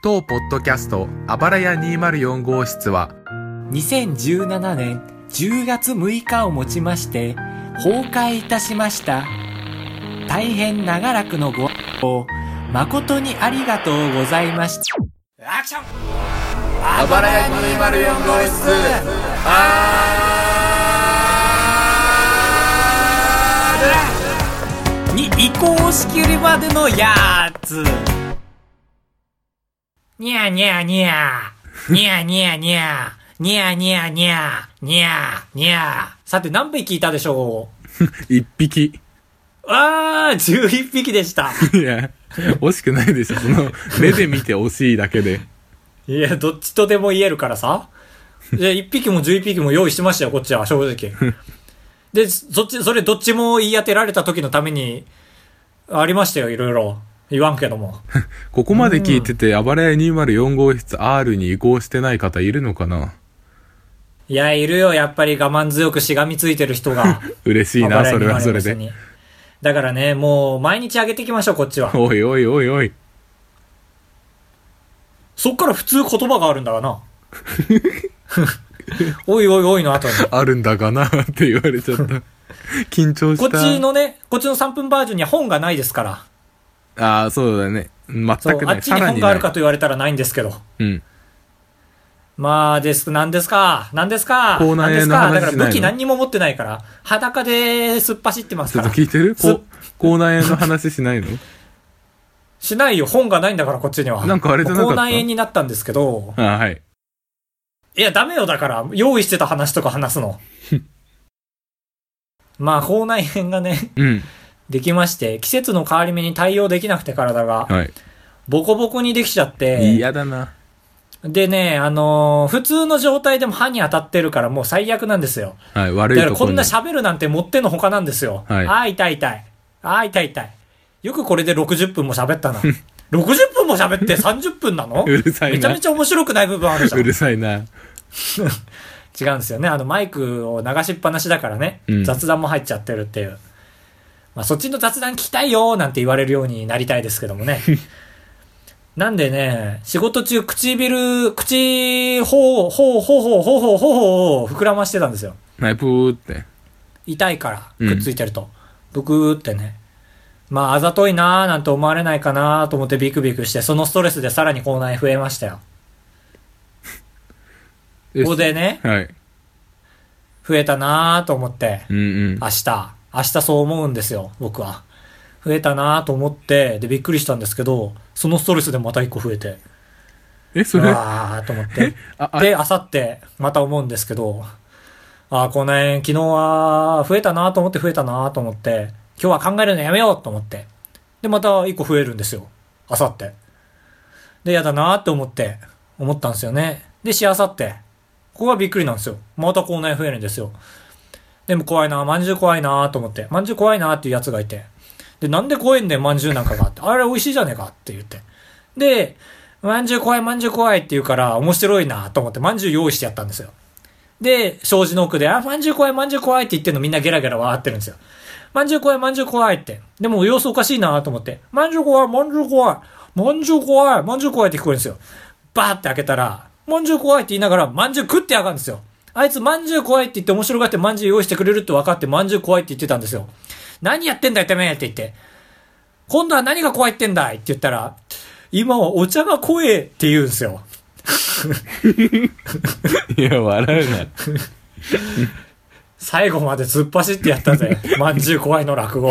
当ポッドキャストあばらや204号室は 2017年10月6日をもちまして崩壊いたしました。大変長らくのご愛顧誠にありがとうございました。アクション。 あばらや204号室に移行しきるまでのやつ。にゃにゃにゃにゃにゃにゃにゃにゃにゃにゃにゃ。さて何匹いたでしょう 1匹。 11匹でした。 いや惜しくないでしょ、その目で見て惜しいだけで。 いやどっちとでも言えるからさ。で1匹も11匹も用意してましたよこっちは正直。でそれどっちも言い当てられた時のためにありましたよ、いろいろ言わんけども。 ここまで聞いてて、あばらや204号室 R に移行してない方いるのかな。 いやいるよ、やっぱり我慢強くしがみついてる人が。 嬉しいな、それはそれで。 だからね、もう毎日あげていきましょうこっちは。 おいおいおいおい。 そっから普通言葉があるんだがな。おいおいおいの後にあるんだがなって言われちゃった。緊張した。 こっちの3分バージョンには本がないですから。 ああそうだね、全くない。 あっちに本があるかと言われたらないんですけど。 うん。 まあ何ですかコーナーへの話しないの？ だから武器何にも持ってないから裸で突っ走ってますから。 ちょっと聞いてる？コーナーへの話しないの？ しないよ、本がないんだからこっちには。 なんかあれじゃなかった？ コーナーへになったんですけど。 はい。 いやダメよ、だから用意してた話とか話すの。まあ口内炎がね、できまして、季節の変わり目に対応できなくて体が、ボコボコにできちゃって。 嫌だな。でね、普通の状態でも歯に当たってるからもう最悪なんですよ。 はい、悪いところに。 だからこんな喋るなんてもってのほかなんですよ。はい。痛い。痛い。よくこれで60分も喋ったな。60分も喋って30分なの？ うるさいな。 めちゃめちゃ面白くない部分あるじゃん。 うるさいな。 違うんですよね。マイクを流しっぱなしだからね、雑談も入っちゃってるっていう。まあそっちの雑談聞きたいよなんて言われるようになりたいですけどもね。なんでね、仕事中ほうを膨らましてたんですよ。 はい、ぷーって。 痛いから、くっついてると。ぷくーってね。まあ、あざといなーなんて思われないかなーと思ってビクビクして、そのストレスでさらに口内増えましたよ。ここでね、増えたなーと思って、明日そう思うんですよ、僕は。増えたなと思って、で、びっくりしたんですけど、そのストレスでまた一個増えて。 それわーと思って。で、あさってまた思うんですけど、この辺、昨日は増えたなと思って、今日は考えるのやめようと思って。で、また一個増えるんですよ。あさって。で、やだなって思ったんですよね。で、しあさって。ここがびっくりなんですよ。また口内増えるんですよ。でも怖いな、まんじゅう怖いなと思って。まんじゅう怖いなっていうやつがいて。で、なんで怖いんだよ、まんじゅうなんかがって。あれ美味しいじゃねえかって言って。で、まんじゅう怖いって言うから面白いなと思ってまんじゅう用意してやったんですよ。で、障子の奥で、まんじゅう怖いって言ってんのみんなゲラゲラ笑ってるんですよ。まんじゅう怖いって。でも様子おかしいなと思って、まんじゅう怖いって聞こえるんですよ。バーって開けたら、まんじゅう怖いって言いながら、まんじゅう食ってやがるんですよ。あいつまんじゅう怖いって言って面白がってまんじゅう用意してくれるって分かってまんじゅう怖いって言ってたんですよ。何やってんだいてめえって言って。今度は何が怖いってんだいって言ったら、今はお茶が怖えって言うんですよ。 いや、笑うな。 最後まで突っ走ってやったぜ。まんじゅう怖いの落語。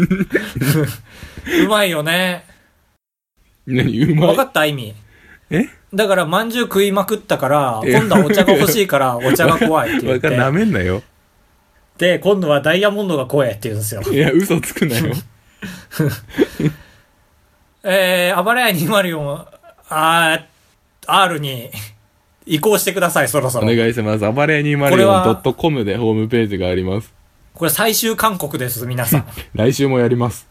うまいよね。 何うまい？ 分かった意味。だからまんじゅう食いまくったから、今度はお茶が欲しいからお茶が怖いって言って。 なめんなよ。 で、今度はダイヤモンドが怖いって言うんですよ。 いや、嘘つくなよ。 あばらや204、R に移行してください、そろそろ。 お願いします。あばらや 204.com でホームページがあります。 これ最終勧告です、皆さん。 来週もやります。